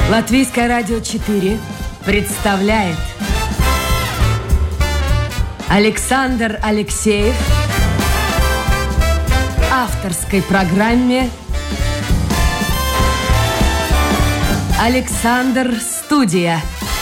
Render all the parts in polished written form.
Латвийское радио 4 представляет Александр Алексеев в авторской программе «Александр Студия».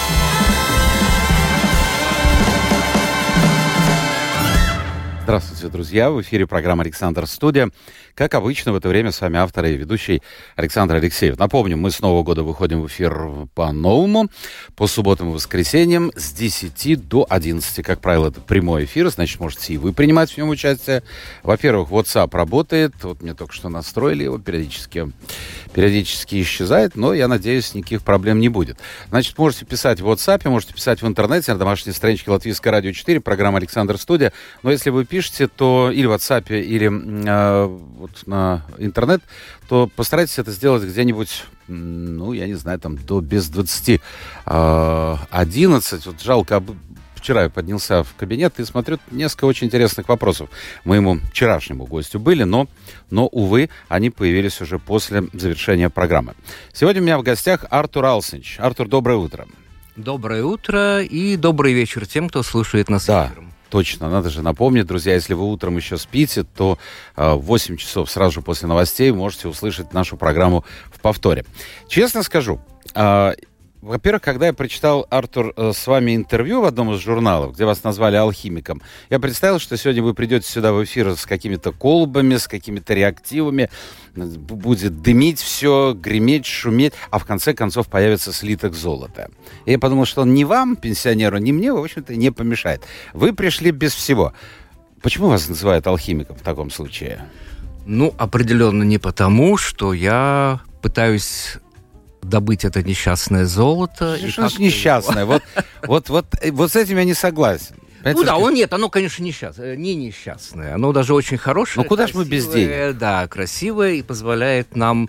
Здравствуйте, друзья! В эфире программа «Александр Студия». Как обычно, в это время с вами автор и ведущий Александр Алексеев. Напомню, мы с Нового года выходим в эфир по-новому, по субботам и воскресеньям с 10 до 11. Как правило, это прямой эфир, значит, можете и вы принимать в нем участие. Во-первых, WhatsApp работает. Вот мне только что настроили его, периодически исчезает, но, я надеюсь, никаких проблем не будет. Значит, можете писать в WhatsApp, можете писать в интернете, на домашней страничке Латвийское радио 4, программа «Александр Студия». Но если вы пишете, то или в WhatsApp, или вот на интернет, то постарайтесь это сделать где-нибудь, я не знаю, там без 20 11. Вот жалко, вчера я поднялся в кабинет и смотрю, несколько очень интересных вопросов моему вчерашнему гостю были, но, увы, они появились уже после завершения программы. Сегодня у меня в гостях Артур Алсинч. Артур, доброе утро. Доброе утро и добрый вечер тем, кто слушает нас эфиром. Точно, надо же напомнить, друзья, если вы утром еще спите, то в 8 часов сразу же после новостей можете услышать нашу программу в повторе. Честно скажу, во-первых, когда я прочитал, Артур, с вами интервью в одном из журналов, где вас назвали алхимиком, я представил, что сегодня вы придете сюда в эфир с какими-то колбами, с какими-то реактивами, будет дымить все, греметь, шуметь, а в конце концов появится слиток золота. И я подумал, что ни вам, пенсионеру, ни мне, в общем-то, не помешает. Вы пришли без всего. Почему вас называют алхимиком в таком случае? Определенно не потому, что я пытаюсь добыть это несчастное золото. Что ж несчастное? Вот с этим я не согласен. Оно, конечно, не несчастное. Оно даже очень хорошее. Но куда ж мы без денег? Да, красивое и позволяет нам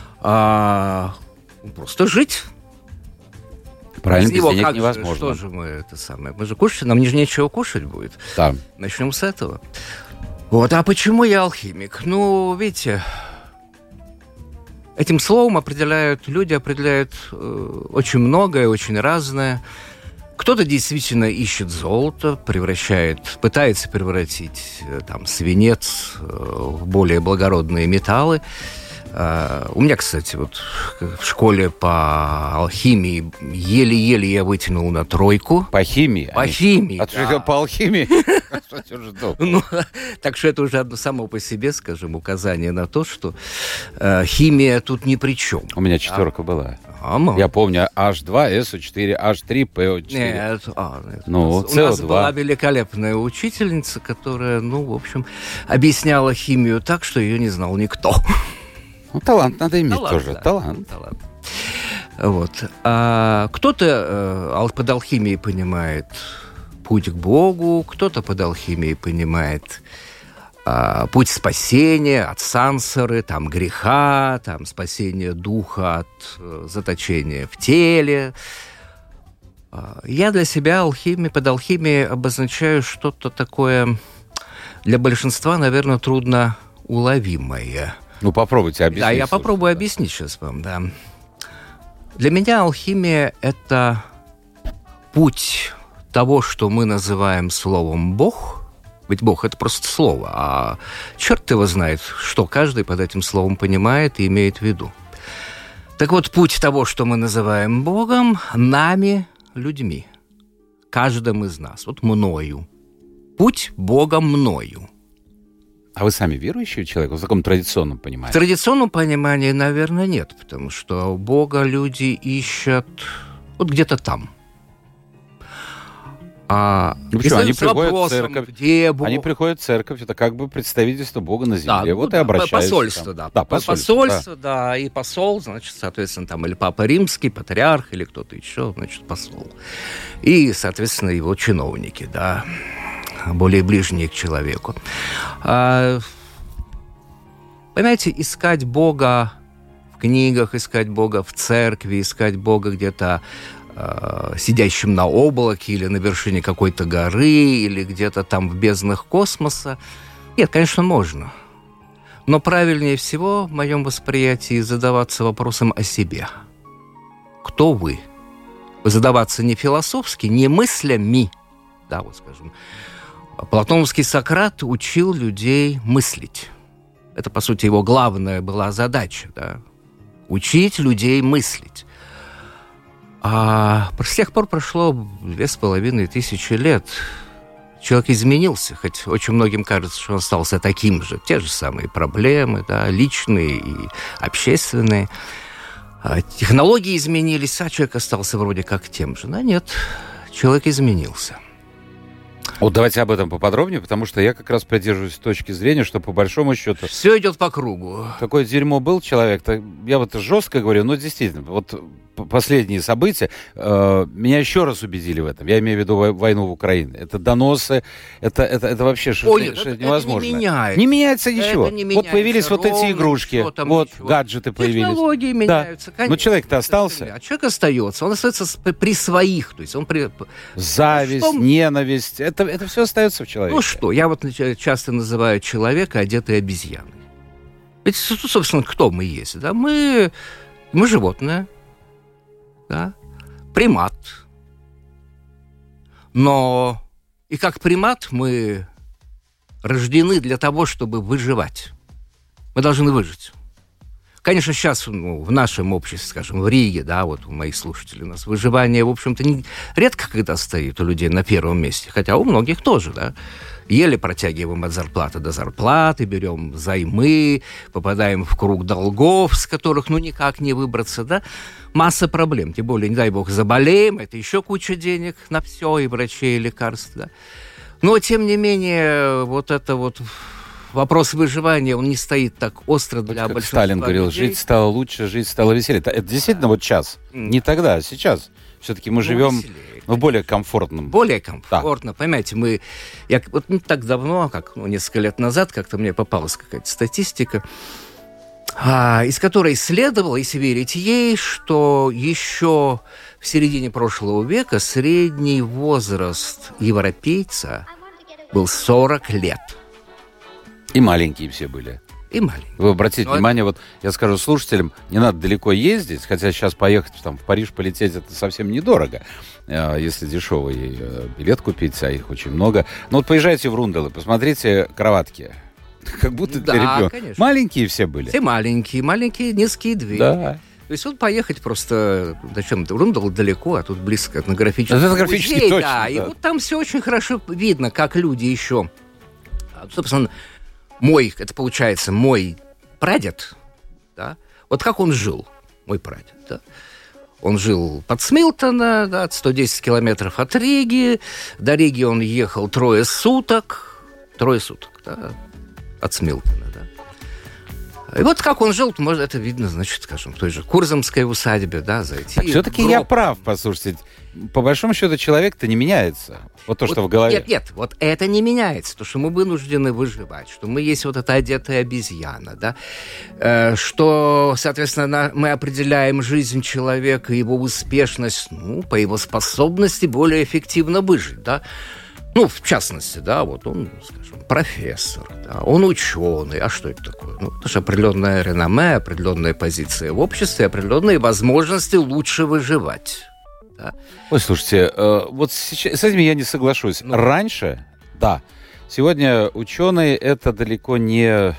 просто жить. Правильно, без денег невозможно. Что же мы Мы же кушать, нам нечего кушать будет. Да. Начнем с этого. А почему я алхимик? Видите, этим словом люди определяют очень многое, очень разное. Кто-то действительно ищет золото, пытается превратить свинец в более благородные металлы. У меня, кстати, в школе по алхимии еле-еле я вытянул на 3. По химии? По химии, да. По алхимии? Так что это уже одно само по себе, скажем, указание на то, что химия тут ни при чем. У меня 4 была. Я помню, H2, SO4, H3, PO4. Нет. CO2. У нас была великолепная учительница, которая, объясняла химию так, что ее не знал никто. Талант надо иметь тоже. Да. Талант. Кто-то под алхимией понимает путь к Богу, кто-то под алхимией понимает путь спасения от сансары, греха, спасения духа от заточения в теле. Я для себя под алхимией обозначаю что-то такое для большинства, наверное, трудно уловимое. Попробуйте объяснить. Да, я попробую объяснить сейчас вам, да. Для меня алхимия – это путь того, что мы называем словом «Бог». Ведь Бог – это просто слово, а черт его знает, что каждый под этим словом понимает и имеет в виду. Так вот, путь того, что мы называем Богом, нами, людьми, каждым из нас, мною. Путь Бога мною. А вы сами верующий человек в таком традиционном понимании? В традиционном понимании, наверное, нет, потому что Бога люди ищут где-то там. Почему? Они приходят в церковь. Они приходят в церковь, это как бы представительство Бога на земле. И обращаются. Посольство, да. Посольство, да. И посол, значит, соответственно, или Папа Римский, патриарх, или кто-то еще, значит, посол. И, соответственно, его чиновники, да, более ближние к человеку. Понимаете, искать Бога в книгах, искать Бога в церкви, искать Бога где-то сидящим на облаке или на вершине какой-то горы, или где-то там в безднах космоса. Нет, конечно, можно. Но правильнее всего, в моем восприятии, задаваться вопросом о себе. кто вы? Задаваться не философски, не мыслями. Да, вот скажем. Платоновский Сократ учил людей мыслить. Это, по сути, его главная была задача, да? Учить людей мыслить. А с тех пор прошло 2500 лет. Человек изменился, хоть очень многим кажется, что он остался таким же. Те же самые проблемы, да, личные и общественные. Технологии изменились, а человек остался вроде как тем же. Но нет, человек изменился. Вот давайте об этом поподробнее, потому что я как раз придерживаюсь точки зрения, что по большому счету... Все идет по кругу. Какое дерьмо был человек, я вот жестко говорю, но действительно, вот последние события меня еще раз убедили в этом. Я имею в виду войну в Украине. Это доносы, это вообще невозможно. Это не меняется. Не меняется ничего. Это не меняется. Вот появились вот эти игрушки, вот ничего. Гаджеты появились. Технологии меняются, конечно. Но человек-то остался. А человек остается. Он остается при своих. То есть он зависть, ненависть. Это все остается в человеке. Ну что, я вот часто называю человека одетой обезьяной. Ведь, собственно, кто мы есть? Да? Мы животное. Да? Примат. Но и как примат мы рождены для того, чтобы выживать. Мы должны выжить. Конечно, сейчас в нашем обществе, скажем, в Риге, да, вот у моих слушателей у нас выживание, в общем-то, редко когда стоит у людей на первом месте, хотя у многих тоже, да. Еле протягиваем от зарплаты до зарплаты, берем займы, попадаем в круг долгов, с которых, никак не выбраться, да. Масса проблем, тем более, не дай бог, заболеем, это еще куча денег на все, и врачей, и лекарств, да. Но, тем не менее, вот это вот... Вопрос выживания, он не стоит так остро для большинства Сталин говорил, людей. Жить стало лучше, жить стало веселее. Это действительно вот сейчас, не тогда, а сейчас. Все-таки мы живем в более комфортном. Более комфортно, понимаете, я вот не так давно, как несколько лет назад, как-то мне попалась какая-то статистика, из которой следовало, если верить ей, что еще в середине прошлого века средний возраст европейца был 40 лет. И маленькие все были. И маленькие. Вы обратите внимание, вот я скажу слушателям, не надо далеко ездить, хотя сейчас поехать в Париж, полететь, это совсем недорого, если дешевый билет купить, а их очень много. Но вот поезжайте в Рундалы, посмотрите кроватки. Как будто для ребенка. Конечно. Маленькие все были. Все маленькие, низкие двери. Да. То есть вот поехать просто, зачем-то, Рундал далеко, а тут близко, этнографический музей. Этнографический, точно. Да, и вот там все очень хорошо видно, как люди еще, собственно, это получается мой прадед, да, вот как он жил, мой прадед, да. Он жил под Смилтона, да, 110 километров от Риги, до Риги он ехал 3 суток, да, от Смилтона, да. И вот как он жил, может, это видно, значит, скажем, в той же Курзамской усадьбе, да, зайти. Так все-таки я прав, послушайте. По большому счету человек-то не меняется. Вот то, что в голове. Нет, вот это не меняется. То, что мы вынуждены выживать, что мы есть вот эта одетая обезьяна, да, что, соответственно, мы определяем жизнь человека, его успешность, по его способности более эффективно выжить, да. В частности, да, вот он, скажем, профессор, да, он ученый. А что это такое? Это же определенное реноме, определенная позиция в обществе, определенные возможности лучше выживать. Да. Ой, слушайте, вот сейчас, с этим я не соглашусь. Раньше, да, сегодня ученые это далеко не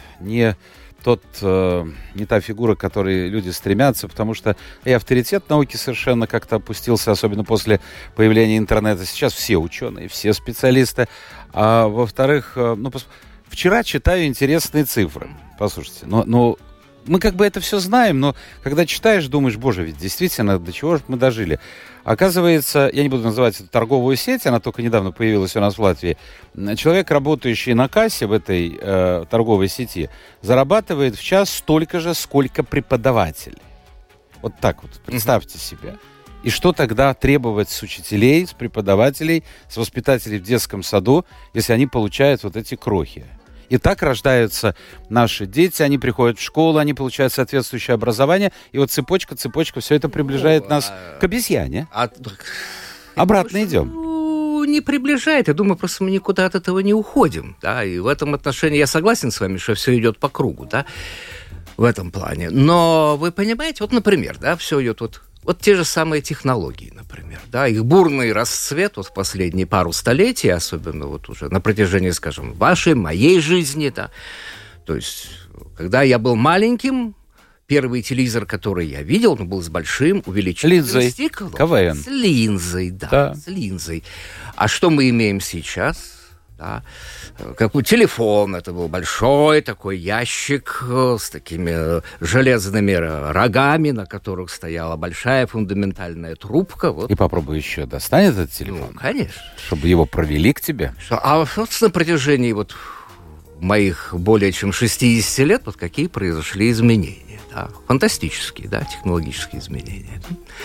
та фигура, к которой люди стремятся, потому что и авторитет науки совершенно как-то опустился, особенно после появления интернета. Сейчас все ученые, все специалисты. А во-вторых, вчера читаю интересные цифры. Послушайте, мы как бы это все знаем, но когда читаешь, думаешь, боже, ведь действительно, до чего же мы дожили. Оказывается, я не буду называть эту торговую сеть, она только недавно появилась у нас в Латвии. Человек, работающий на кассе в этой торговой сети, зарабатывает в час столько же, сколько преподаватель. Вот так вот, представьте себе. И что тогда требовать с учителей, с преподавателей, с воспитателей в детском саду, если они получают вот эти крохи? И так рождаются наши дети, они приходят в школу, они получают соответствующее образование, и вот цепочка, все это приближает нас к обезьяне. Обратно идем. Не приближает, я думаю, просто мы никуда от этого не уходим, да, и в этом отношении я согласен с вами, что все идет по кругу, да, в этом плане. Но вы понимаете, вот, например, да, все идет вот Вот те же самые технологии, например, да, их бурный расцвет вот в последние пару столетий, особенно вот уже на протяжении, скажем, вашей, моей жизни, да, то есть, когда я был маленьким, первый телевизор, который я видел, он был с большим увеличительным стеклом. КВН. С линзой, да, с линзой. А что мы имеем сейчас? Да? Какой телефон, это был большой такой ящик с такими железными рогами, на которых стояла большая фундаментальная трубка. Вот. И попробуй еще достань этот телефон. Ну, конечно. Чтобы его провели к тебе. А вот на протяжении вот моих более чем 60 лет вот какие произошли изменения. Да? Фантастические, да, технологические изменения.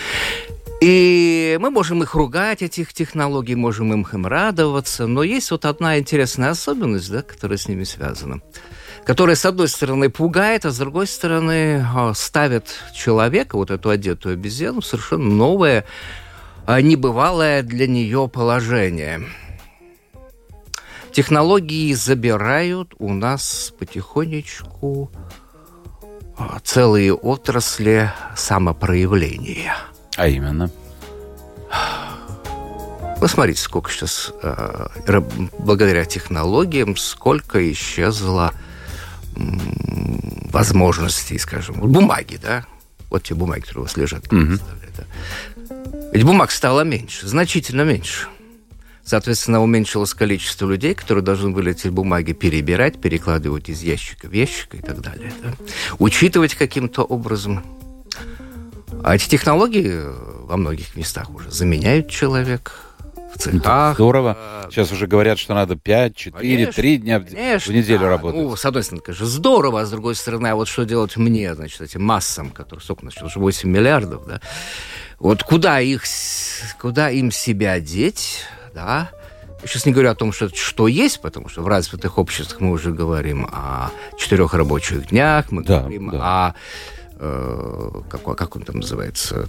И мы можем их ругать, этих технологий, можем им радоваться, но есть вот одна интересная особенность, да, которая с ними связана, которая, с одной стороны, пугает, а с другой стороны, ставит человека, вот эту одетую обезьяну, в совершенно новое, небывалое для нее положение. Технологии забирают у нас потихонечку целые отрасли самопроявления. А именно? Посмотрите, сколько сейчас, благодаря технологиям, сколько исчезло возможностей, скажем, бумаги, да? Вот те бумаги, которые у вас лежат. Да? Ведь бумаг стало меньше, значительно меньше. Соответственно, уменьшилось количество людей, которые должны были эти бумаги перебирать, перекладывать из ящика в ящик и так далее. Да? Учитывать каким-то образом. А эти технологии во многих местах уже заменяют человека в цехах. Здорово. Сейчас уже говорят, что надо 5, 4, 3 дня в неделю работать. Ну, с одной стороны, конечно, здорово, а с другой стороны, а вот что делать мне, значит, этим массам, которые, сколько у нас, уже 8 миллиардов, да? Вот куда им себя деть, да? Я сейчас не говорю о том, что есть, потому что в развитых обществах мы уже говорим о 4 рабочих днях, мы говорим о... Как он там называется?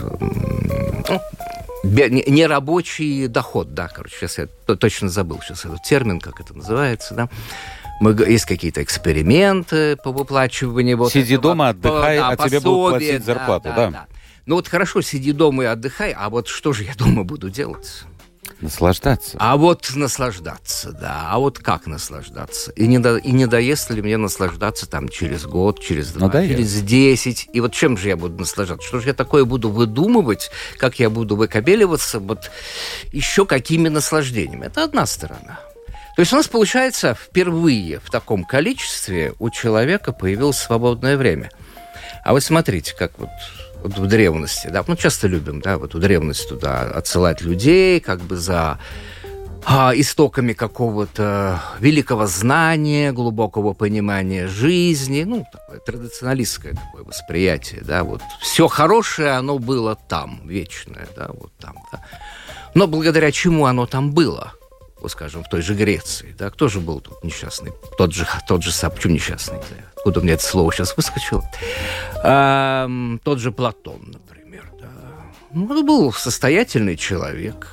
Нерабочий доход, да, короче, сейчас я точно забыл сейчас этот термин, как это называется, да. Есть какие-то эксперименты по выплачиванию... Вот сиди этого, дома, отдыхай, а тебе будут платить зарплату, да. Ну вот хорошо, сиди дома и отдыхай, а вот что же я дома буду делать? Наслаждаться. А вот наслаждаться, да. А вот как наслаждаться? И не надоест ли мне наслаждаться там через год, через 2, через 10? И вот чем же я буду наслаждаться? Что же я такое буду выдумывать? Как я буду выкобеливаться? Вот еще какими наслаждениями? Это одна сторона. То есть у нас, получается, впервые в таком количестве у человека появилось свободное время. А вы смотрите, как вот в древности, да, мы часто любим, да, вот в древности туда отсылать людей, как бы за истоками какого-то великого знания, глубокого понимания жизни, ну, такое традиционалистское такое восприятие, да, вот все хорошее, оно было там, вечное, да, вот там, да. Но благодаря чему оно там было? Вот, скажем, в той же Греции, да, кто же был тут несчастный? Тот же сам, почему несчастный? Да? Откуда мне это слово сейчас выскочило? Тот же Платон, например, да. Ну, он был состоятельный человек,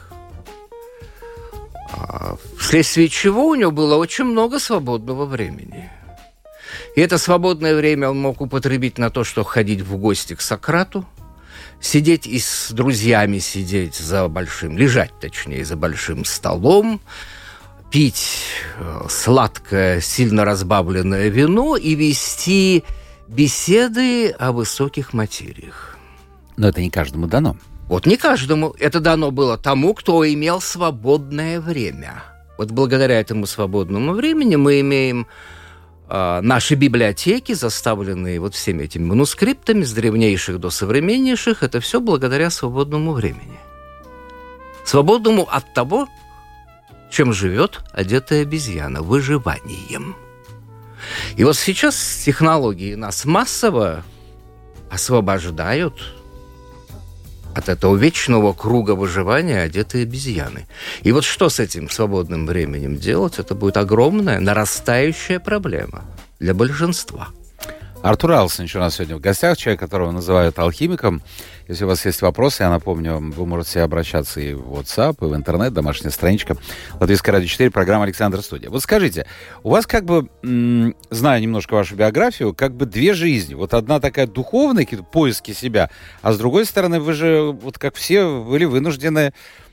вследствие чего у него было очень много свободного времени. И это свободное время он мог употребить на то, что ходить в гости к Сократу, сидеть и с друзьями сидеть лежать, точнее, за большим столом, пить сладкое, сильно разбавленное вино и вести беседы о высоких материях. Но это не каждому дано. Вот не каждому. Это дано было тому, кто имел свободное время. Вот благодаря этому свободному времени мы имеем наши библиотеки, заставленные вот всеми этими манускриптами, с древнейших до современнейших, это все благодаря свободному времени. Свободному от того, чем живет одетая обезьяна, выживанием. И вот сейчас технологии нас массово освобождают от этого вечного круга выживания одетой обезьяны. И вот что с этим свободным временем делать, это будет огромная, нарастающая проблема для большинства. Артур Алсович у нас сегодня в гостях, человек, которого называют алхимиком. Если у вас есть вопросы, я напомню, вы можете обращаться и в WhatsApp, и в интернет, домашняя страничка. Латвийское радио 4, программа «Александр Студия». Вот скажите, у вас как бы, зная немножко вашу биографию, как бы две жизни. Вот одна такая духовная, какие-то поиски себя, а с другой стороны, вы же, вот как все, были вынуждены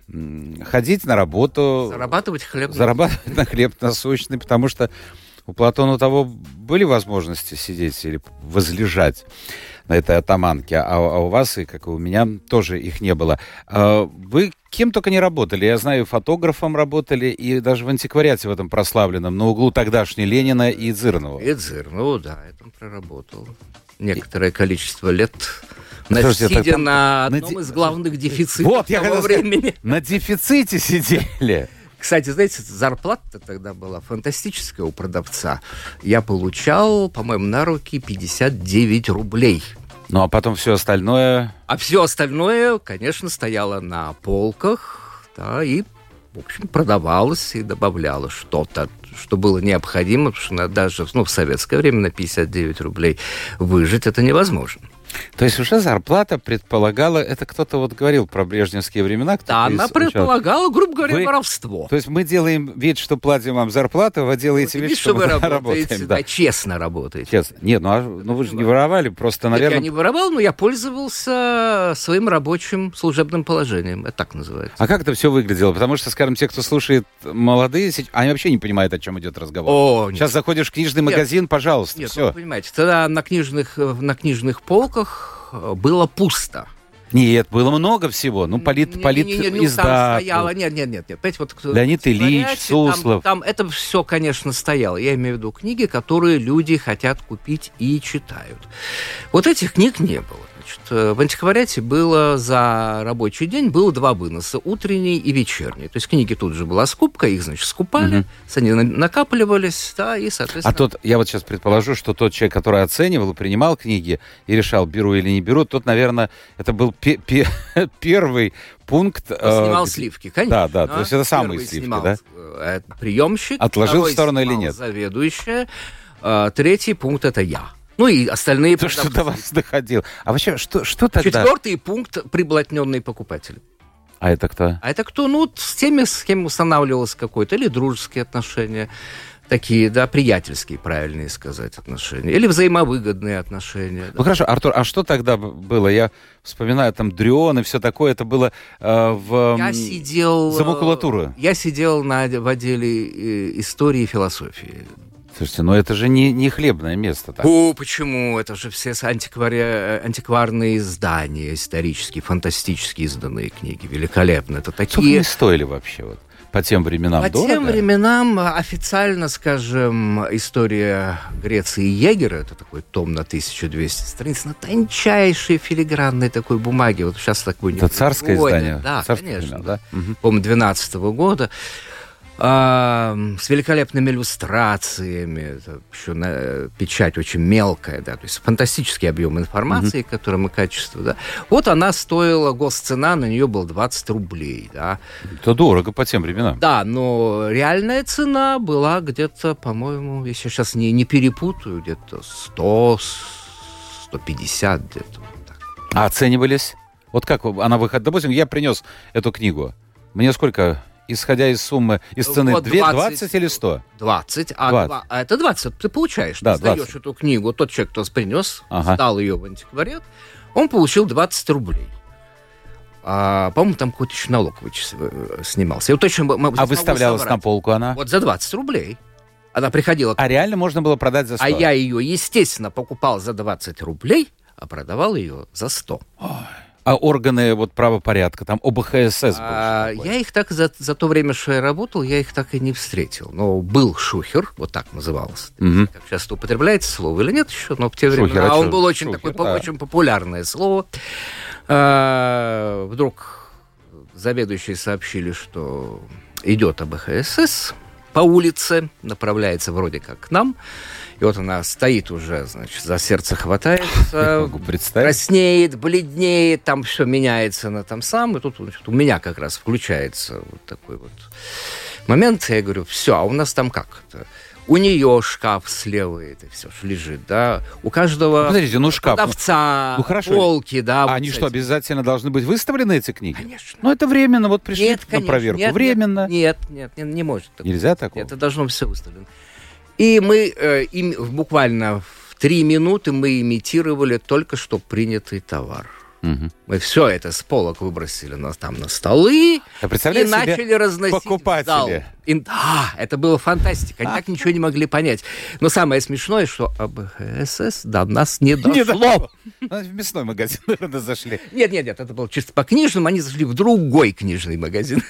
ходить на работу. Зарабатывать хлеб. Зарабатывать на хлеб насущный, потому что у Платона того были возможности сидеть или возлежать на этой атаманке, а у вас, и как и у меня, тоже их не было. Вы кем только не работали. Я знаю, фотографом работали, и даже в антиквариате в этом прославленном, на углу тогдашней Ленина и Дзырнова. И Дзырнова, да, я там проработал некоторое количество лет, сидя на одном из главных дефицитов того времени. На дефиците сидели. Кстати, знаете, зарплата тогда была фантастическая у продавца. Я получал, по-моему, на руки 59 рублей. Ну, а потом все остальное... А все остальное, конечно, стояло на полках, да, и, в общем, продавалось и добавлялось что-то, что было необходимо, потому что даже в советское время на 59 рублей выжить это невозможно. То есть уже зарплата предполагала, это кто-то вот говорил про брежневские времена. Да, она предполагала, грубо говоря, воровство. То есть мы делаем вид, что платим вам зарплату, вы делаете вид, что мы работаем. Да, честно работаете. Честно. Нет, вы же не воровали, просто, наверное... Я не воровал, но я пользовался своим рабочим служебным положением. Это так называется. А как это все выглядело? Потому что, скажем, те, кто слушает молодые, они вообще не понимают, о чем идет разговор. Сейчас заходишь в книжный магазин, пожалуйста, нет, все. Вы понимаете, тогда на книжных полках было пусто. Нет, было много всего. Ну, политиздат. Нет. Опять вот Леонид Ильич, Суслов. Там это все, конечно, стояло. Я имею в виду книги, которые люди хотят купить и читают. Вот этих книг не было. Значит, в антиквариате было за рабочий день было 2 выноса, утренний и вечерний. То есть книги тут же была скупка, их, значит, скупали, они накапливались, да, и, соответственно... А тот, я вот сейчас предположу, что тот человек, который оценивал и принимал книги и решал, беру или не беру, тот, наверное, это был первый пункт... Снимал сливки, конечно. Да, то есть это самые сливки, да? Приемщик. Отложил в сторону или нет? Заведующая. Третий пункт — это я. Ну и остальные... То, что до вас доходило. А вообще, что тогда... 4-й пункт — приблотненные покупатели. А это кто? А это кто? Ну, с теми, с кем устанавливалось какое-то или дружеские отношения, такие, да, приятельские, правильнее сказать, отношения, или взаимовыгодные отношения. Да. Ну хорошо, Артур, а что тогда было? Я вспоминаю, там, Дрён и все такое, это было за макулатуру. Я сидел в отделе истории и философии. Слушайте, ну это же не хлебное место. Так. Почему? Это же все антикварные издания, исторические, фантастически изданные книги, великолепно. Это такие... Сколько они стоили вообще вот? По тем временам дорого? По тем временам официально, скажем, история Греции Егера, это такой том на 1200 страниц, на тончайшей филигранной такой бумаге. Вот сейчас такой... Это царское издание? Да, конечно. Да? По-моему, 12-го года. С великолепными иллюстрациями, еще печать очень мелкая, да, то есть фантастический объем информации, которым и качество, да. Вот она стоила, госцена на нее была 20 рублей, да. Это дорого по тем временам. Да, но реальная цена была где-то, по-моему, если я сейчас не перепутаю, где-то 100, 150 где-то. Вот так. А оценивались? Вот как она выходит? Допустим, я принес эту книгу. Мне сколько... Исходя из суммы, из цены, вот 20 или 100? 20. А это 20 ты получаешь. Да, ты сдаешь эту книгу, тот человек, кто принес, сдал ее в антиквариат, он получил 20 рублей. По-моему, там какой-то еще налог снимался. Выставлялась на полку она? Вот за 20 рублей. Она приходила... А реально можно было продать за 100? А я ее, естественно, покупал за 20 рублей, а продавал ее за 100. Ой. А органы вот правопорядка, там ОБХСС был? Я их так за то время, что я работал, я их так и не встретил. Но был шухер, вот так назывался. Как часто употребляется слово или нет еще, но в те времена он был очень такое, очень популярное слово. Вдруг заведующие сообщили, что идет ОБХСС по улице, направляется вроде как к нам. И вот она стоит уже, значит, за сердце хватается, краснеет, бледнеет, там все меняется на там сам. И тут, значит, у меня как раз включается вот такой вот момент. Я говорю, все, а у нас там как? У нее шкаф слева, это все лежит, да. У каждого шкаф. Продавца, хорошо. полки, да. А они что, обязательно должны быть выставлены, эти книги? Конечно. Ну, это временно, вот пришли Нет, на конечно, проверку. Временно. Нет, не может. Нельзя такого? Это должно быть все выставлено. И мы буквально в 3 минуты мы имитировали только что принятый товар. Угу. Мы все это с полок выбросили на столы и начали разносить покупатели. в зал. Да, это было фантастика. Они так ничего не могли понять. Но самое смешное, что АБХСС до нас не дошло. В мясной магазин, наверное, зашли. Нет, это было чисто по книжным. Они зашли в другой книжный магазин.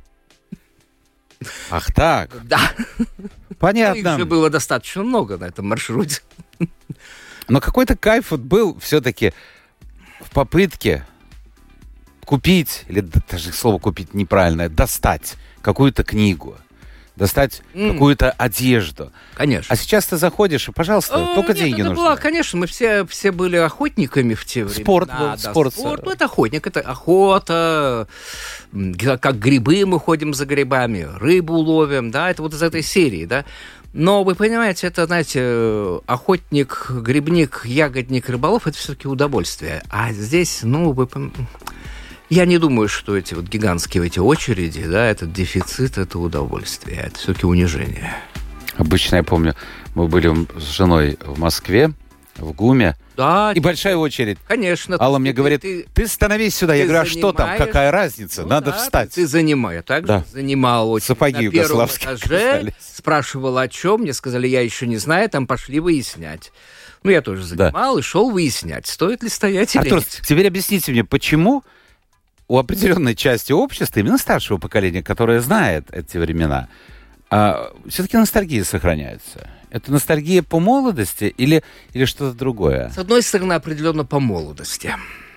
Ах так? Да. Понятно. Их же было достаточно много на этом маршруте. Но какой-то кайф вот был все-таки в попытке купить, или даже слово купить неправильное, достать какую-то книгу, достать какую-то одежду. Конечно. А сейчас ты заходишь, и, пожалуйста, только деньги нужны. Была, конечно, мы все были охотниками в те времена. Спорт был, спорт. Ну, это охотник, это охота, как грибы мы ходим за грибами, рыбу ловим, да, это вот из этой серии, да. Но вы понимаете, это, знаете, охотник, грибник, ягодник, рыболов – это все-таки удовольствие. А здесь, я не думаю, что эти вот гигантские эти очереди, да, этот дефицит – это удовольствие, это все-таки унижение. Обычно, я помню, мы были с женой в Москве, в ГУМе, да, и большая очередь. Конечно. Алла мне говорит, ты становись сюда. Я говорю, а что там, какая разница? Надо встать. Ты занимаешь. Так занимал очередь. Сапоги на первом югославские этаже. Спрашивал, о чем. Мне сказали, я еще не знаю, там пошли выяснять. Ну, я тоже занимал и шел выяснять, стоит ли стоять или Артур, нет. теперь объясните мне, почему у определенной части общества, именно старшего поколения, которое знает эти времена, все-таки ностальгия сохраняется? Это ностальгия по молодости или что-то другое? С одной стороны, определенно по молодости.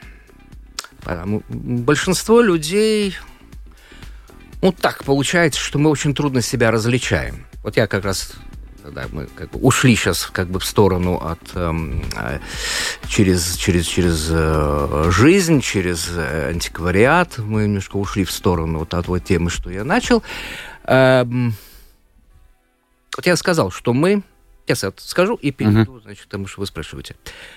Большинство людей... так получается, что мы очень трудно себя различаем. Вот я как раз... Да, мы ушли сейчас в сторону от... через жизнь, через антиквариат. Мы немножко ушли в сторону от той темы, что я начал. Вот я сказал, что мы... Сейчас я скажу и перейду, значит, к тому, что вы спрашиваете.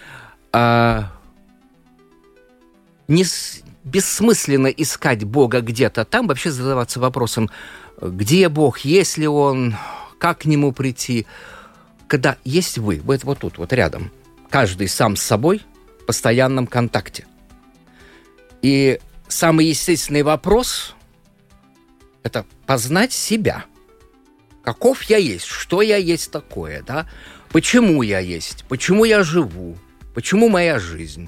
Бессмысленно искать Бога где-то там, вообще задаваться вопросом, где Бог, есть ли Он, как к Нему прийти. Когда есть вы вот тут, вот рядом, каждый сам с собой в постоянном контакте. И самый естественный вопрос – это познать себя. Каков я есть, что я есть такое, да? Почему я есть, почему я живу, почему моя жизнь,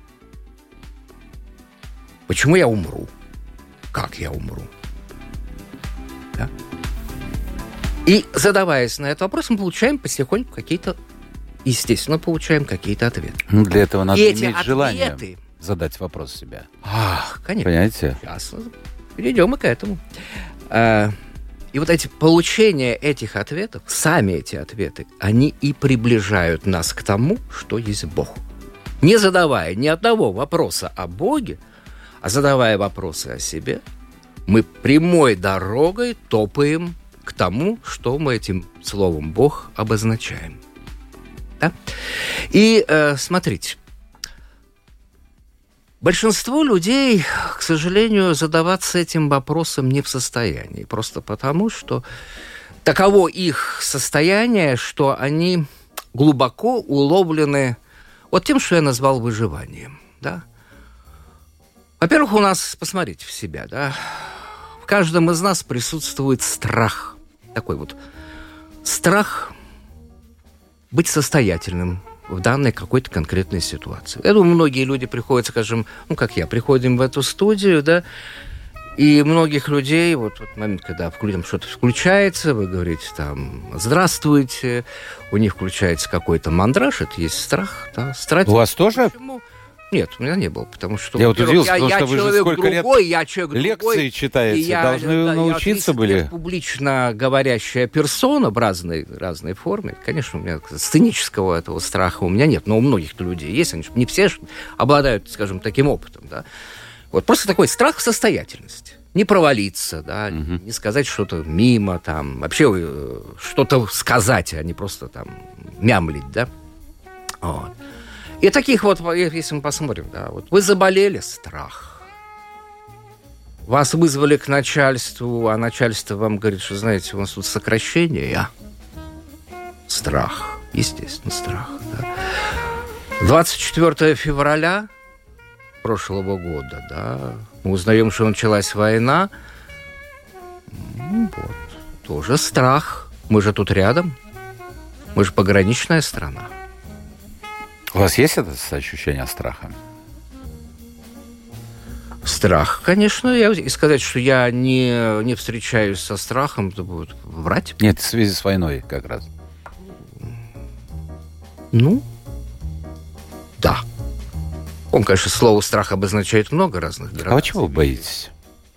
почему я умру, как я умру. Да? И задаваясь на этот вопрос, мы получаем потихоньку естественно, получаем какие-то ответы. Для этого надо иметь ответы... желание задать вопрос себе. Конечно. Понимаете? Сейчас перейдем и к этому. И вот получение этих ответов, сами эти ответы, они и приближают нас к тому, что есть Бог. Не задавая ни одного вопроса о Боге, а задавая вопросы о себе, мы прямой дорогой топаем к тому, что мы этим словом «Бог» обозначаем. Да? И смотрите, большинство людей, к сожалению, задаваться этим вопросом не в состоянии. Просто потому, что таково их состояние, что они глубоко уловлены вот тем, что я назвал выживанием. Да? Во-первых, у нас, посмотрите в себя, да, в каждом из нас присутствует страх. Такой вот страх быть состоятельным в данной какой-то конкретной ситуации. Я думаю, многие люди приходят, скажем, как я, приходим в эту студию, да, и многих людей, вот в момент, когда что-то включается, вы говорите там «здравствуйте», у них включается какой-то мандраж, это есть страх, да, страх. У вас тоже? Почему? Нет, у меня не было, потому что... Я вот удивился, потому что вы же сколько лет лекции читаете, должны научиться были. Я публично говорящая персона в разной форме. Конечно, у меня сценического этого страха у меня нет, но у многих людей есть, они не все обладают, скажем, таким опытом. Да? Вот просто такой страх в состоятельности. не провалиться, да, не сказать что-то мимо, там, вообще что-то сказать, а не просто там мямлить, да. Вот. И таких вот, если мы посмотрим, да, вот вы заболели, страх. Вас вызвали к начальству, а начальство вам говорит, что, знаете, у нас тут сокращение, страх, естественно, страх, да. 24 февраля прошлого года, да, мы узнаем, что началась война. Вот, тоже страх. Мы же тут рядом. Мы же пограничная страна. У вас есть это ощущение страха? Страх, конечно. И сказать, что я не встречаюсь со страхом, это будет врать. Нет, в связи с войной как раз. Ну, да. Он, конечно, слово «страх» обозначает много разных градаций. А чего вы боитесь?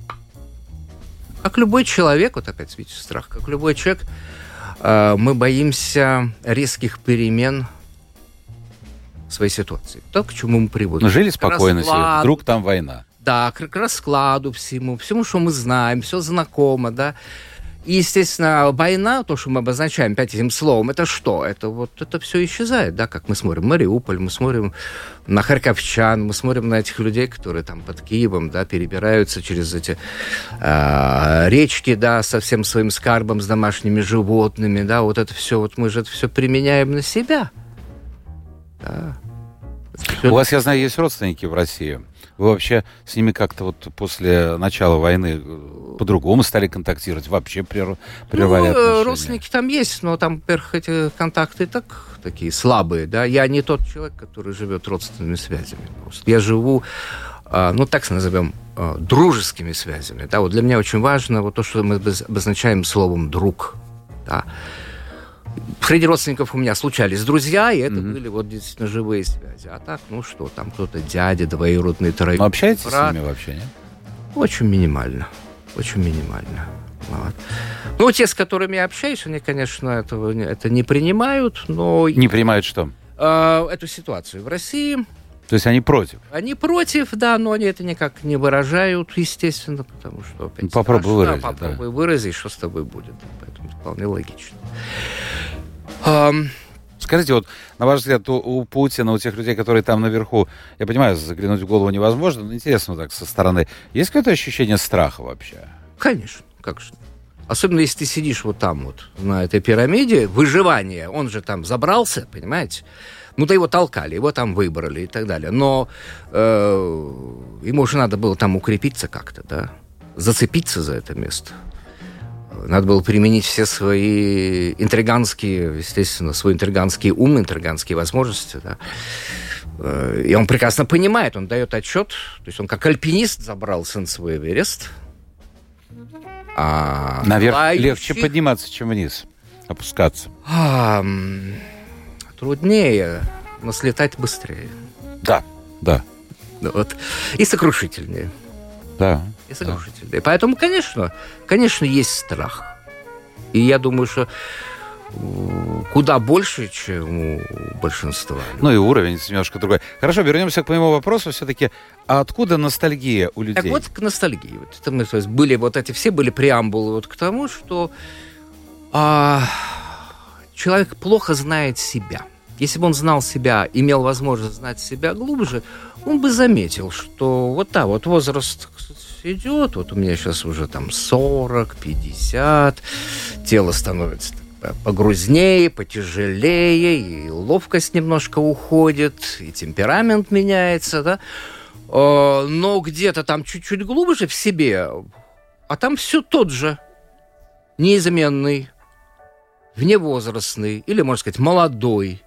Как любой человек, вот опять видите, страх, как любой человек, мы боимся резких перемен в своей ситуации. То, к чему мы привыкли. Ну, жили спокойно себе, вдруг там война. Да, к раскладу всему, что мы знаем, все знакомо, да. И, естественно, война, то, что мы обозначаем опять этим словом, это что? Это все исчезает, да, как мы смотрим Мариуполь, мы смотрим на харьковчан, мы смотрим на этих людей, которые там под Киевом, да, перебираются через эти речки, да, со всем своим скарбом, с домашними животными, да, вот это все, вот мы же это все применяем на себя. Да. У вас, я знаю, есть родственники в России. Вы вообще с ними как-то вот после начала войны по-другому стали контактировать? Вообще прервали отношения? Родственники там есть, но там, во-первых, эти контакты такие слабые, да. Я не тот человек, который живет родственными связями. Просто я живу, так назовем, дружескими связями. Да. Вот для меня очень важно вот то, что мы обозначаем словом «друг». Да. Среди родственников у меня случались друзья, и это были вот действительно живые связи. А так, там кто-то дядя, двоюродный, троюродный. Но общаетесь с ними вообще, нет? Очень минимально. Очень минимально. Вот. Те, с которыми я общаюсь, они, конечно, это не принимают, но... Не принимают что? Эту ситуацию в России. То есть они против? Они против, да, но они это никак не выражают, естественно, потому что... Опять попробуй выразить. Да, попробуй выразить, что с тобой будет. Поэтому вполне логично. Скажите, вот, на ваш взгляд, у Путина, у тех людей, которые там наверху, я понимаю, заглянуть в голову невозможно, но интересно так со стороны, есть какое-то ощущение страха вообще? Конечно, как же. Особенно, если ты сидишь вот там вот, на этой пирамиде, выживание, он же там забрался, понимаете? Да его толкали, его там выбрали и так далее. Но ему же надо было там укрепиться как-то, да, зацепиться за это место. Надо было применить все свои интриганские, естественно, свой интриганский ум, интриганские возможности, да. И он прекрасно понимает, он дает отчет, то есть он как альпинист забрался на свой Эверест. Наверх легче подниматься, чем вниз, опускаться. Труднее, но слетать быстрее. Да. Вот. И сокрушительнее. Да. И сокрушительнее. Да. Поэтому, конечно, есть страх. И я думаю, что куда больше, чем у большинства. Ну и уровень немножко другой. Хорошо, вернемся к моему вопросу. Все-таки, а откуда ностальгия у людей? Так вот, к ностальгии. Вот это мы, то есть, были вот эти все были преамбулы вот к тому, что человек плохо знает себя. Если бы он знал себя, имел возможность знать себя глубже, он бы заметил, что вот возраст идет, вот у меня сейчас уже там 40, 50, тело становится погрузнее, потяжелее, и ловкость немножко уходит, и темперамент меняется, да. Но где-то там чуть-чуть глубже в себе, а там все тот же, неизменный, вневозрастный, или, можно сказать, молодой.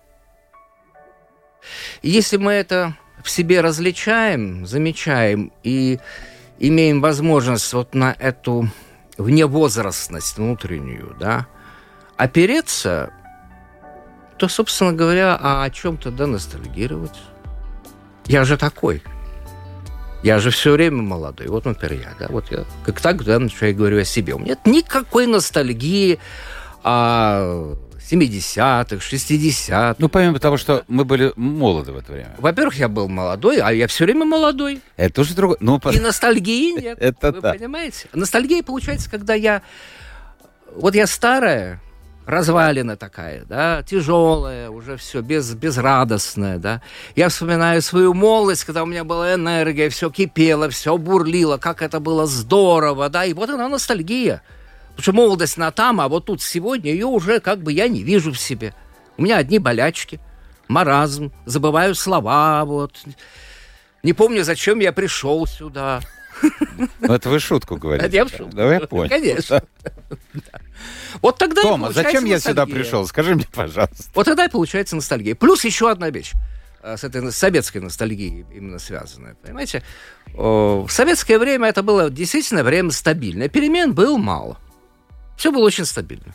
И если мы это в себе различаем, замечаем и имеем возможность вот на эту вневозрастность внутреннюю, да, опереться, то, собственно говоря, о чем-то, да, ностальгировать. Я же такой. Я же все время молодой. Вот, например, я, да, вот я как так, да, я говорю о себе. У меня нет никакой ностальгии о 70-х, 60-х. Ну, помимо того, что мы были молоды в это время. Во-первых, я был молодой, а я все время молодой. Это тоже другое. Ну, И ностальгии нет. Это Вы да. понимаете? Ностальгия получается, когда я... Вот я старая, развалина такая, да, тяжелая, уже все безрадостная, да. Я вспоминаю свою молодость, когда у меня была энергия, все кипело, все бурлило, как это было здорово, да. И вот она ностальгия. Потому что молодость на там, а вот тут сегодня ее уже как бы я не вижу в себе. У меня одни болячки, маразм, забываю слова, вот. Не помню, зачем я пришел сюда. Ну, это вы шутку говорите. Это я в шутку. Да, я понял. Конечно. Вот тогда Тома, и получается зачем я сюда ностальгия. пришел? Скажи мне, пожалуйста. Вот тогда и получается ностальгия. Плюс еще одна вещь с этой советской ностальгией именно связанная. Понимаете? В советское время это было действительно время стабильное. Перемен было мало. Все было очень стабильно.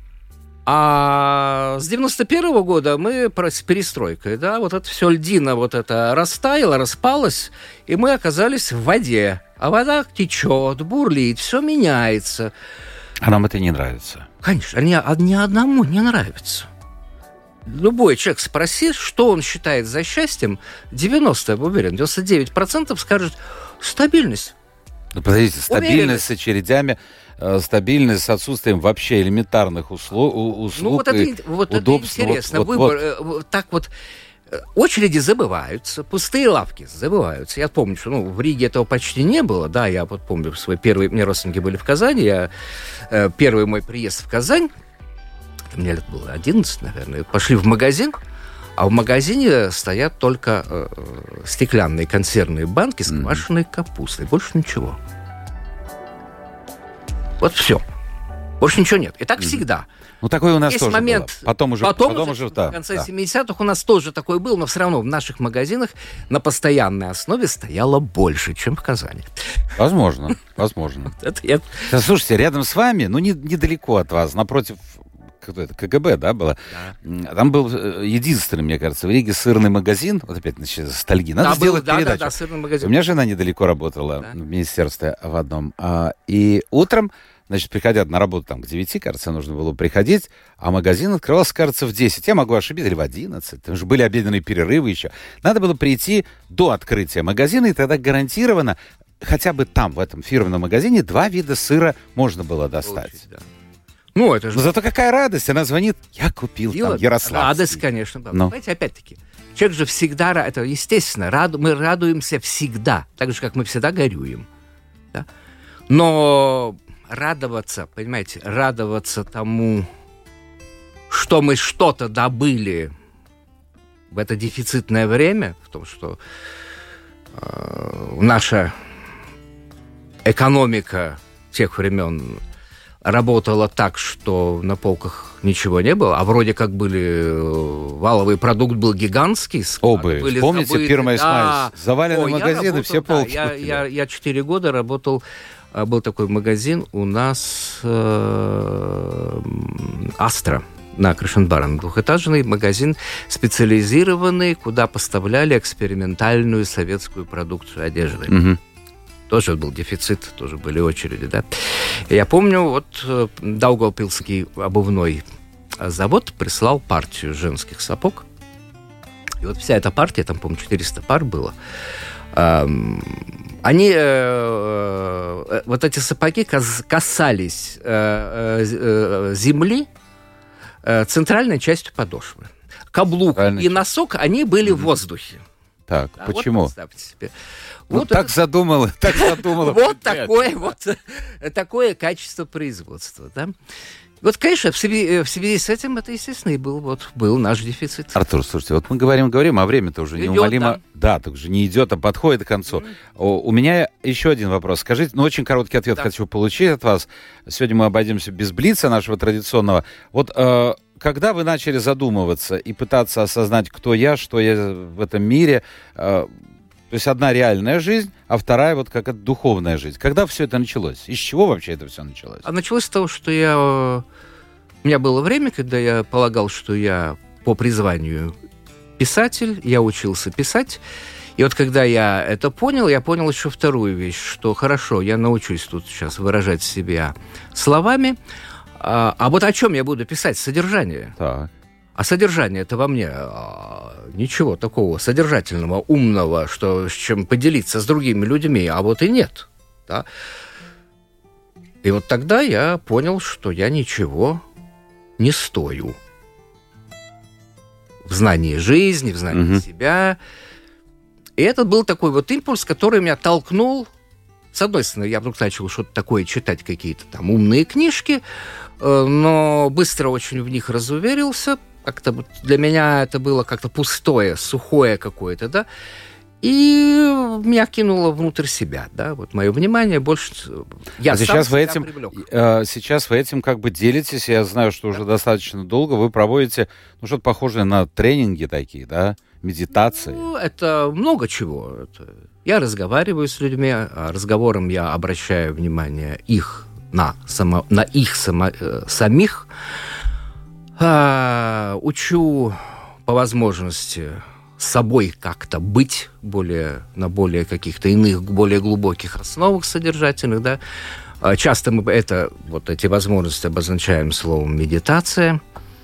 А с 91-го года мы с перестройкой, да, вот это все льдина вот это растаяло, распалось, и мы оказались в воде. А вода течет, бурлит, все меняется. А нам это не нравится. Конечно, ни одному не нравится. Любой человек спроси, что он считает за счастьем, 99% скажет стабильность. Ну, подождите, стабильность Уверенность. с очередями, стабильность с отсутствием вообще элементарных услуг Ну, вот и это удобств. интересно. Вот. Выбор, так вот, очереди забываются, пустые лавки забываются. Я помню, что в Риге этого почти не было. Да, я вот помню, мне родственники были в Казани. Первый мой приезд в Казань, мне лет было 11, наверное, пошли в магазин, а в магазине стоят только стеклянные консервные банки с квашеной капустой. Больше ничего. Вот все. Больше ничего нет. И так всегда. Ну, такой у нас Есть тоже момент, было. Потом уже в конце 70-х у нас тоже такой был, но все равно в наших магазинах на постоянной основе стояло больше, чем в Казани. Возможно. Это Да, слушайте, рядом с вами, недалеко от вас, напротив КГБ, да, было? Да. Там был единственный, мне кажется, в Риге сырный магазин. Вот опять начали ностальгии. Надо сделать передачу. Да, сырный магазин. У меня жена недалеко работала в министерстве в одном. И утром, значит, приходят на работу там к 9, кажется, нужно было приходить, а магазин открывался, кажется, в 10. Я могу ошибиться, или в 11. Там же были обеденные перерывы еще. Надо было прийти до открытия магазина, и тогда гарантированно хотя бы там, в этом фирменном магазине, 2 вида сыра можно было достать. Получить, да. Ну, это же... Но зато какая радость, она звонит, я купил там ярославский. Радость, конечно, да. Понимаете, опять-таки, человек же всегда, это естественно, мы радуемся всегда, так же, как мы всегда горюем. Да? Но радоваться, понимаете, радоваться тому, что мы что-то добыли в это дефицитное время, в том, что наша экономика тех времен работала так, что на полках ничего не было, а вроде как валовый продукт был гигантский. Помните, 1 мая, завалены магазины, все полки. Я 4 года работал, был такой магазин у нас «Астра» на Крашенбарен, двухэтажный магазин, специализированный, куда поставляли экспериментальную советскую продукцию одежды. Угу. Тоже был дефицит, тоже были очереди, да. Я помню, вот Даугавпилский обувной завод прислал партию женских сапог. И вот вся эта партия, там, по-моему, 400 пар было. Они, вот эти сапоги касались земли центральной частью подошвы. Каблук и носок, они были в воздухе. Так, да, почему? Вот представьте себе. Вот так задумала. Вот такое качество производства, да. Вот, конечно, в связи с этим это, естественно, и был наш дефицит. Артур, слушайте, вот мы говорим, а время-то уже неумолимо... Да, так же не идет, а подходит к концу. У меня еще один вопрос. Скажите, очень короткий ответ хочу получить от вас. Сегодня мы обойдемся без блица нашего традиционного. Вот когда вы начали задумываться и пытаться осознать, кто я, что я в этом мире... То есть одна реальная жизнь, а вторая вот какая-то духовная жизнь. Когда все это началось? Из чего вообще это все началось? А началось с того, что у меня было время, когда я полагал, что я по призванию писатель, я учился писать. И вот когда я это понял, я понял еще вторую вещь, что хорошо, я научусь тут сейчас выражать себя словами, А вот о чем я буду писать? Содержание. Так. А содержание это во мне ничего такого содержательного, умного, с чем поделиться с другими людьми, а вот и нет. Да? И вот тогда я понял, что я ничего не стою. В знании жизни, в знании себя. И это был такой вот импульс, который меня толкнул. С одной стороны, я вдруг начал что-то такое читать, какие-то там умные книжки, но быстро очень в них разуверился. Как-то для меня это было как-то пустое, сухое какое-то, да. И меня кинуло внутрь себя, да, вот мое внимание больше... Я сейчас вы этим как бы делитесь, я знаю, что уже достаточно долго вы проводите, что-то похожее на тренинги такие, да, медитации. Это много чего. Я разговариваю с людьми, а разговором я обращаю внимание их на их самих, учу по возможности с собой как-то быть на более каких-то иных, более глубоких основах содержательных, да. Часто мы эти возможности обозначаем словом «медитация».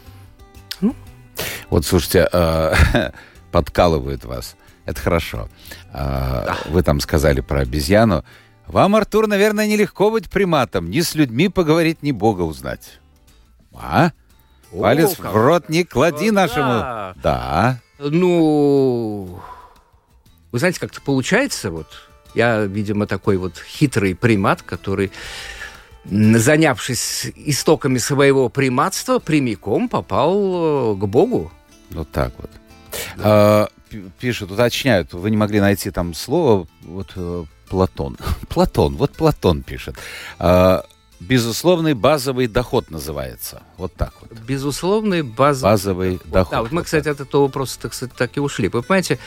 Вот, слушайте, подкалывают вас. Это хорошо. Вы там сказали про обезьяну. Вам, Артур, наверное, нелегко быть приматом. Ни с людьми поговорить, ни Бога узнать. Палец в рот не клади нашему... Да. Вы знаете, как-то получается, я, видимо, такой хитрый примат, который, занявшись истоками своего приматства, прямиком попал к Богу. Вот так вот. Да. Пишут, уточняют, вы не могли найти там слово, Платон. Платон пишет. Безусловный базовый доход называется. Вот так вот. Безусловный базовый доход. Да, мы, кстати, от этого вопроса, так и ушли. Вы понимаете,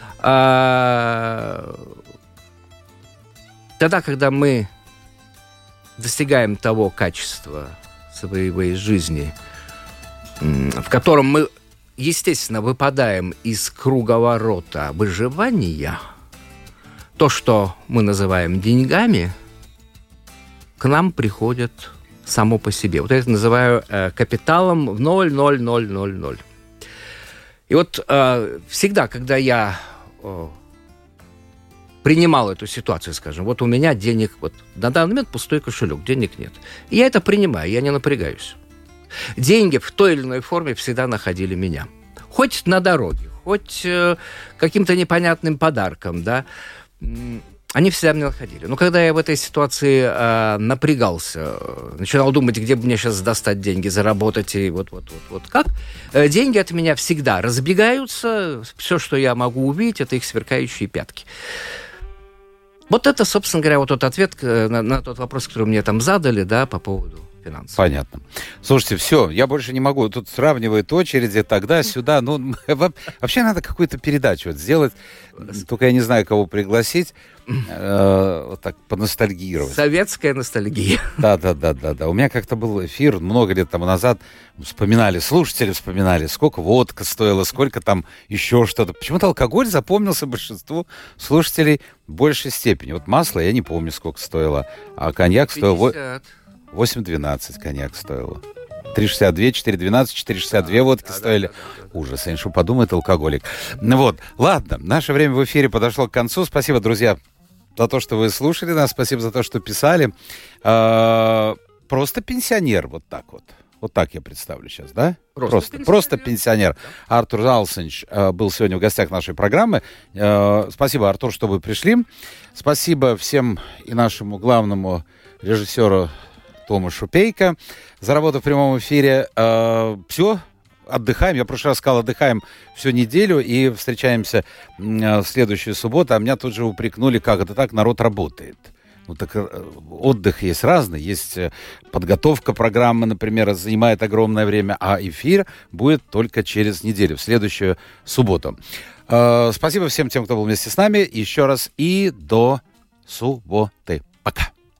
тогда, когда мы достигаем того качества своей жизни, в котором мы, естественно, выпадаем из круговорота выживания, то, что мы называем деньгами, к нам приходит само по себе. Я это называю капиталом в 0,0000. И всегда, когда я принимал эту ситуацию, скажем, у меня денег, на данный момент пустой кошелек, денег нет. И я это принимаю, я не напрягаюсь. Деньги в той или иной форме всегда находили меня. Хоть на дороге, хоть каким-то непонятным подарком, да, они всегда меня находили. Но когда я в этой ситуации напрягался, начинал думать, где бы мне сейчас достать деньги, заработать, и как, деньги от меня всегда разбегаются. Все, что я могу увидеть, это их сверкающие пятки. Это, собственно говоря, тот ответ на тот вопрос, который мне там задали, да, по поводу финансов. Понятно. Слушайте, все, я больше не могу. Тут сравнивают очереди, тогда-сюда. Вообще надо какую-то передачу сделать. Только я не знаю, кого пригласить. Так, поностальгировать. Советская ностальгия. Да. У меня как-то был эфир много лет тому назад. Слушатели вспоминали, сколько водка стоила, сколько там еще что-то. Почему-то алкоголь запомнился большинству слушателей в большей степени. Масло я не помню, сколько стоило. А коньяк стоил... 8,12 коньяк стоило. 3,62, 4,12, 4,62 водки стоили. Да. Ужас, я что подумает алкоголик. Ладно, наше время в эфире подошло к концу. Спасибо, друзья, за то, что вы слушали нас. Спасибо за то, что писали. Просто пенсионер, вот так я представлю сейчас, да? Просто пенсионер. Артур Алсенч был сегодня в гостях нашей программы. Спасибо, Артур, что вы пришли. Спасибо всем и нашему главному режиссеру Томашу Пейко за работу в прямом эфире. Все, отдыхаем. Я в прошлый раз сказал, отдыхаем всю неделю и встречаемся в следующую субботу. А меня тут же упрекнули, как это так, народ работает. Отдых есть разный. Есть подготовка программы, например, занимает огромное время, а эфир будет только через неделю, в следующую субботу. Спасибо всем тем, кто был вместе с нами. Еще раз и до субботы.